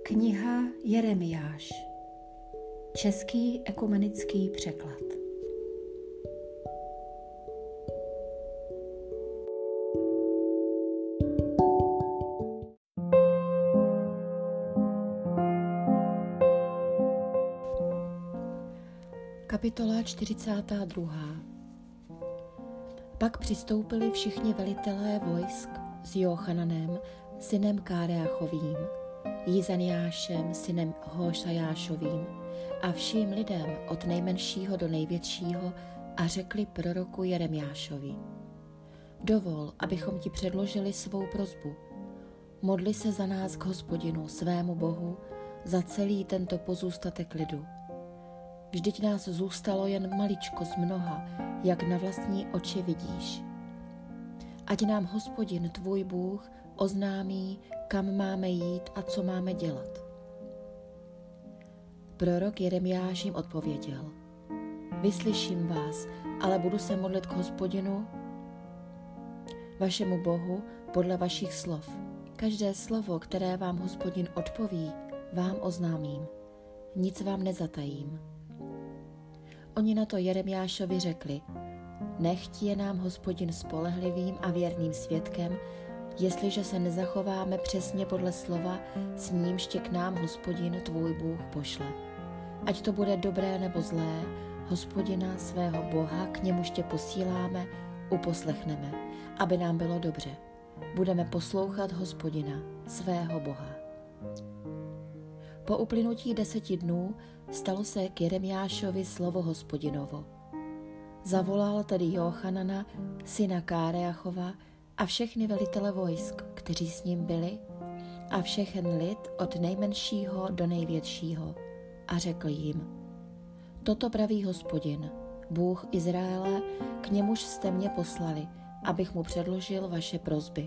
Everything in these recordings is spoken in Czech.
Kniha Jeremiáš. Český ekumenický překlad. Kapitola 42. Pak přistoupili všichni velitelé vojsk s Jochananem, synem Káreachovým, Jízaniášem, synem Hošajášovým a vším lidem od nejmenšího do největšího a řekli proroku Jeremiášovi: Dovol, abychom ti předložili svou prosbu. Modli se za nás k Hospodinu, svému Bohu, za celý tento pozůstatek lidu. Vždyť nás zůstalo jen maličko z mnoha, jak na vlastní oči vidíš. Ať nám Hospodin, tvůj Bůh, oznámí, kam máme jít a co máme dělat. Prorok Jeremiáš jim odpověděl: Vyslyším vás, ale budu se modlit k Hospodinu, vašemu Bohu, podle vašich slov. Každé slovo, které vám Hospodin odpoví, vám oznámím. Nic vám nezatajím. Oni na to Jeremiášovi řekli: Nechť je nám Hospodin spolehlivým a věrným svědkem, jestliže se nezachováme přesně podle slova, s nímž tě k nám Hospodin tvůj Bůh pošle. Ať to bude dobré nebo zlé, Hospodina svého Boha, k němuž tě posíláme, uposlechneme, aby nám bylo dobře. Budeme poslouchat Hospodina, svého Boha. Po uplynutí 10 dnů stalo se k Jeremiášovi slovo Hospodinovo. Zavolal tedy Jochanana, syna Káreachova, a všechny velitele vojsk, kteří s ním byli, a všechen lid od nejmenšího do největšího, a řekl jim: Toto praví Hospodin, Bůh Izraele, k němuž jste mě poslali, abych mu předložil vaše prosby.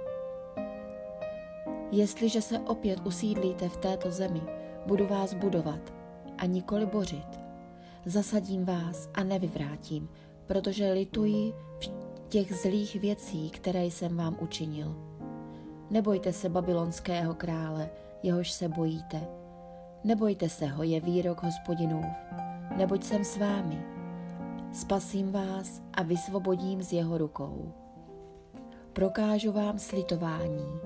Jestliže se opět usídlíte v této zemi, budu vás budovat a nikoli bořit. Zasadím vás a nevyvrátím, protože lituji těch zlých věcí, které jsem vám učinil. Nebojte se babylonského krále, jehož se bojíte. Nebojte se ho, je výrok Hospodinův. Neboť jsem s vámi. Spasím vás a vysvobodím z jeho rukou. Prokážu vám slitování.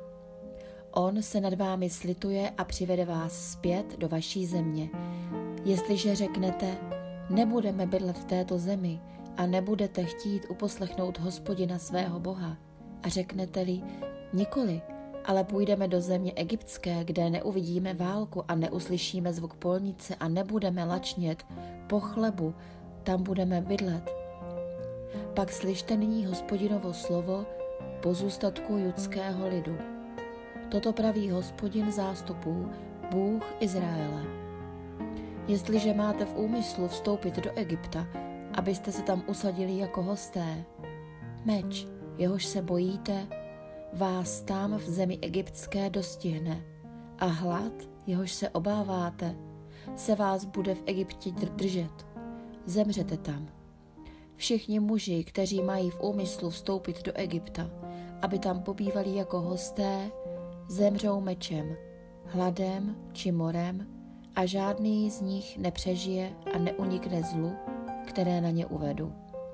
On se nad vámi slituje a přivede vás zpět do vaší země. Jestliže řeknete: Nebudeme bydlet v této zemi, a nebudete chtít uposlechnout Hospodina svého Boha, a řeknete-li: Nikoli, ale půjdeme do země egyptské, kde neuvidíme válku a neuslyšíme zvuk polnice a nebudeme lačnět po chlebu, tam budeme bydlet. Pak slyšte nyní Hospodinovo slovo pozůstatku judského lidu. Toto praví Hospodin zástupů, Bůh Izraele. Jestliže máte v úmyslu vstoupit do Egypta, abyste se tam usadili jako hosté, meč, jehož se bojíte, vás tam v zemi egyptské dostihne, a hlad, jehož se obáváte, se vás bude v Egyptě držet. Zemřete tam. Všichni muži, kteří mají v úmyslu vstoupit do Egypta, aby tam pobývali jako hosté, zemřou mečem, hladem či morem, a žádný z nich nepřežije a neunikne zlu, které na ně uvedu.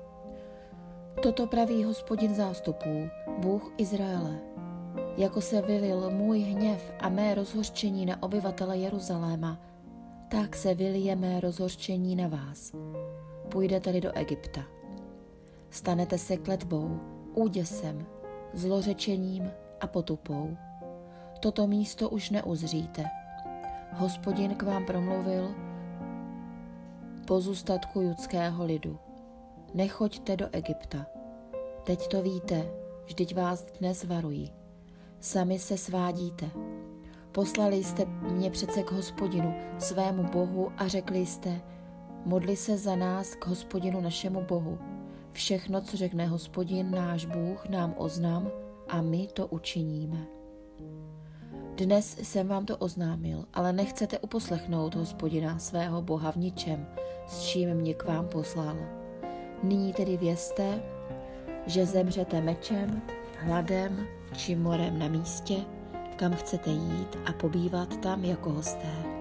Toto praví Hospodin zástupů, Bůh Izraele. Jako se vylil můj hněv a mé rozhořčení na obyvatele Jeruzaléma, tak se vylije mé rozhořčení na vás. Půjdete-li do Egypta. Stanete se kletbou, úděsem, zlořečením a potupou. Toto místo už neuzříte. Hospodin k vám promluvil, pozůstatku judského lidu. Nechoďte do Egypta. Teď to víte, vždyť vás dnes varuji. Sami se svádíte. Poslali jste mě přece k Hospodinu, svému Bohu, a řekli jste: Modli se za nás k Hospodinu našemu Bohu. Všechno, co řekne Hospodin náš Bůh, nám oznam a my to učiníme. Dnes jsem vám to oznámil, ale nechcete uposlechnout Hospodina svého Boha v ničem, s čím mě k vám poslal. Nyní tedy vězte, že zemřete mečem, hladem či morem na místě, kam chcete jít a pobývat tam jako hosté.